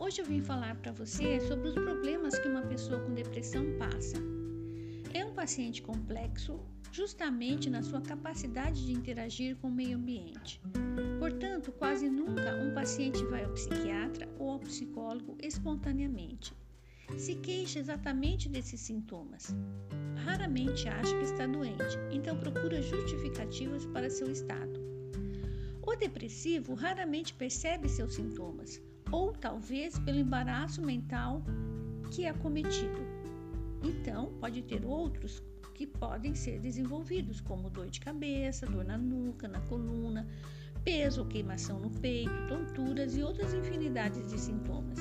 Hoje eu vim falar para você sobre os problemas que uma pessoa com depressão passa. É um paciente complexo, justamente na sua capacidade de interagir com o meio ambiente. Portanto, quase nunca um paciente vai ao psiquiatra ou ao psicólogo espontaneamente. Se queixa exatamente desses sintomas. Raramente acha que está doente, então procura justificativas para seu estado. O depressivo raramente percebe seus sintomas, ou talvez pelo embaraço mental que é acometido. Então, pode ter outros que podem ser desenvolvidos, como dor de cabeça, dor na nuca, na coluna, peso ou queimação no peito, tonturas e outras infinidades de sintomas.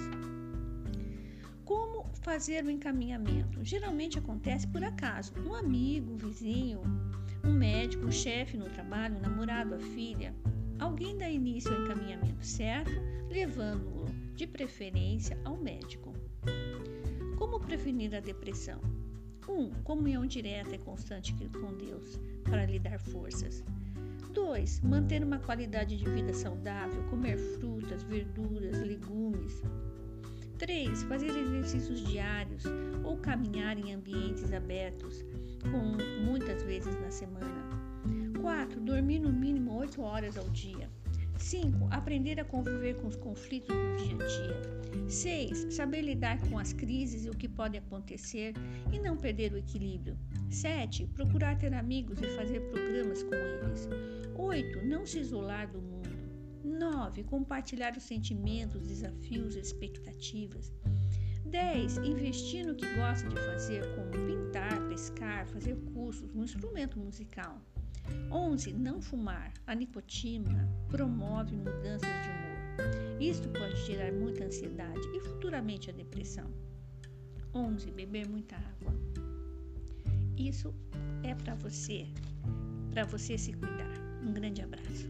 Como fazer o encaminhamento? Geralmente acontece por acaso. Um amigo, um vizinho, um médico, um chefe no trabalho, um namorado, a filha. Alguém dá início ao encaminhamento certo, levando-o, de preferência, ao médico. Como prevenir a depressão? 1. Comunhão direta e constante com Deus, para lhe dar forças. 2. Manter uma qualidade de vida saudável, comer frutas, verduras, legumes. 3. Fazer exercícios diários ou caminhar em ambientes abertos, muitas vezes na semana. 4. Dormir no mínimo 8 horas ao dia. 5. Aprender a conviver com os conflitos do dia a dia. 6. Saber lidar com as crises e o que pode acontecer e não perder o equilíbrio. 7. Procurar ter amigos e fazer programas com eles. 8. Não se isolar do mundo. 9. Compartilhar os sentimentos, desafios e expectativas. 10. Investir no que gosta de fazer, como pintar, pescar, fazer cursos no instrumento musical. 11. Não fumar. A nicotina promove mudanças de humor. Isto pode gerar muita ansiedade e futuramente a depressão. 11. Beber muita água. Isso é para você se cuidar. Um grande abraço.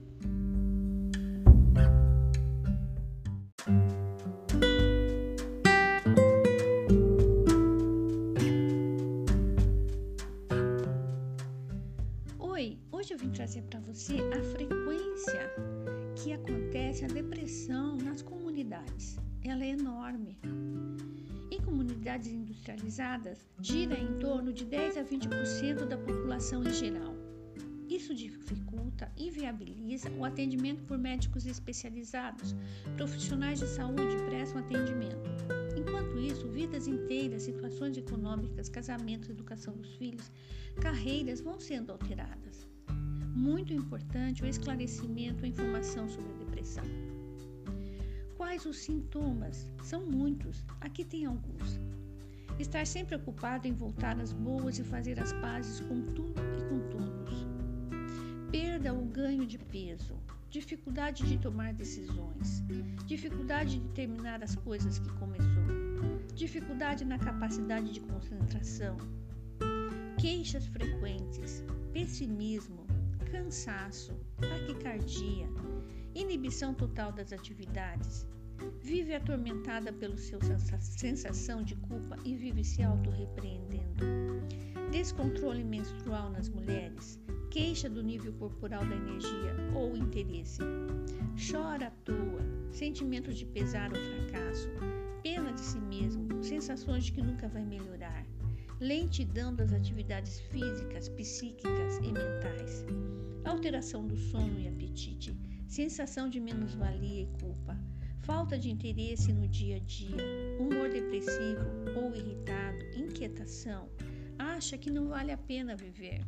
Hoje eu vim trazer para você a frequência que acontece a depressão nas comunidades. Ela é enorme. Em comunidades industrializadas, gira em torno de 10 a 20% da população em geral. Isso dificulta e inviabiliza o atendimento por médicos especializados. Profissionais de saúde prestam atendimento. Enquanto isso, vidas inteiras, situações econômicas, casamentos, educação dos filhos, carreiras vão sendo alteradas. Muito importante o esclarecimento e informação sobre a depressão. Quais os sintomas? São muitos. Aqui tem alguns. Estar sempre ocupado em voltar às boas e fazer as pazes com tudo e com todos. Perda ou ganho de peso. Dificuldade de tomar decisões. Dificuldade de terminar as coisas que começou. Dificuldade na capacidade de concentração. Queixas frequentes. Pessimismo. Cansaço, taquicardia, inibição total das atividades, vive atormentada pela sua sensação de culpa e vive se autorrepreendendo, descontrole menstrual nas mulheres, queixa do nível corporal da energia ou interesse, chora à toa, sentimentos de pesar ou fracasso, pena de si mesmo, sensações de que nunca vai melhorar, lentidão das atividades físicas, psíquicas e mentais, alteração do sono e apetite, sensação de menos-valia e culpa, falta de interesse no dia a dia, humor depressivo ou irritado, inquietação, acha que não vale a pena viver,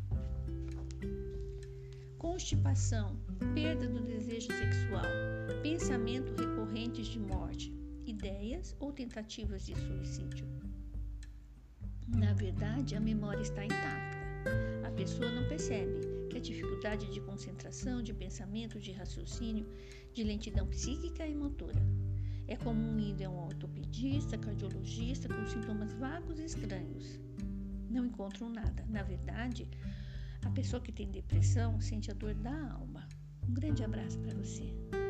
constipação, perda do desejo sexual, pensamento recorrentes de morte, ideias ou tentativas de suicídio. Na verdade, a memória está intacta. A pessoa não percebe que a dificuldade de concentração, de pensamento, de raciocínio, de lentidão psíquica e motora. É comum ir a um ortopedista, cardiologista com sintomas vagos e estranhos. Não encontram nada. Na verdade, a pessoa que tem depressão sente a dor da alma. Um grande abraço para você.